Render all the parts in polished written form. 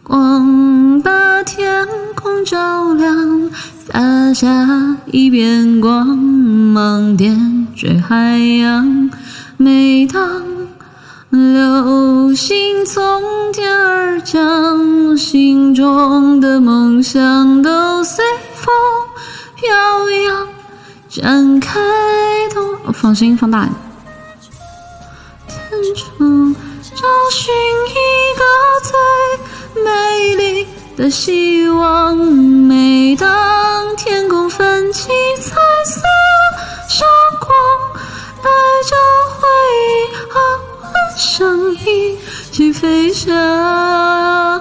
光把天空照亮，洒下一片光芒，点缀海洋。每当流星从天而降，心中的梦想都随风飘扬，展开头。放声音放大点。天中找寻一个最美丽的希望，每当天空泛起彩色闪光，带着回忆和幻想一起飞翔。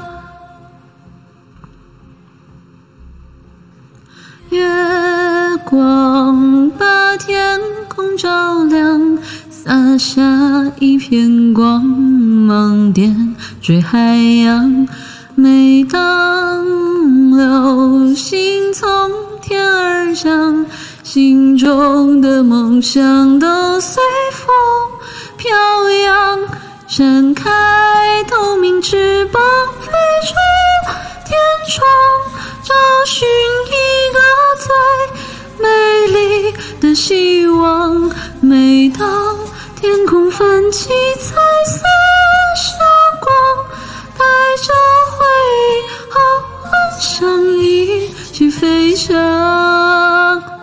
月光把天空照亮，洒下一片光芒，点缀海洋。每当流星从天而降，心中的梦想都随风飘扬，展开透明翅膀，飞出天窗，找寻一个最美丽的希望。每当天空泛起彩色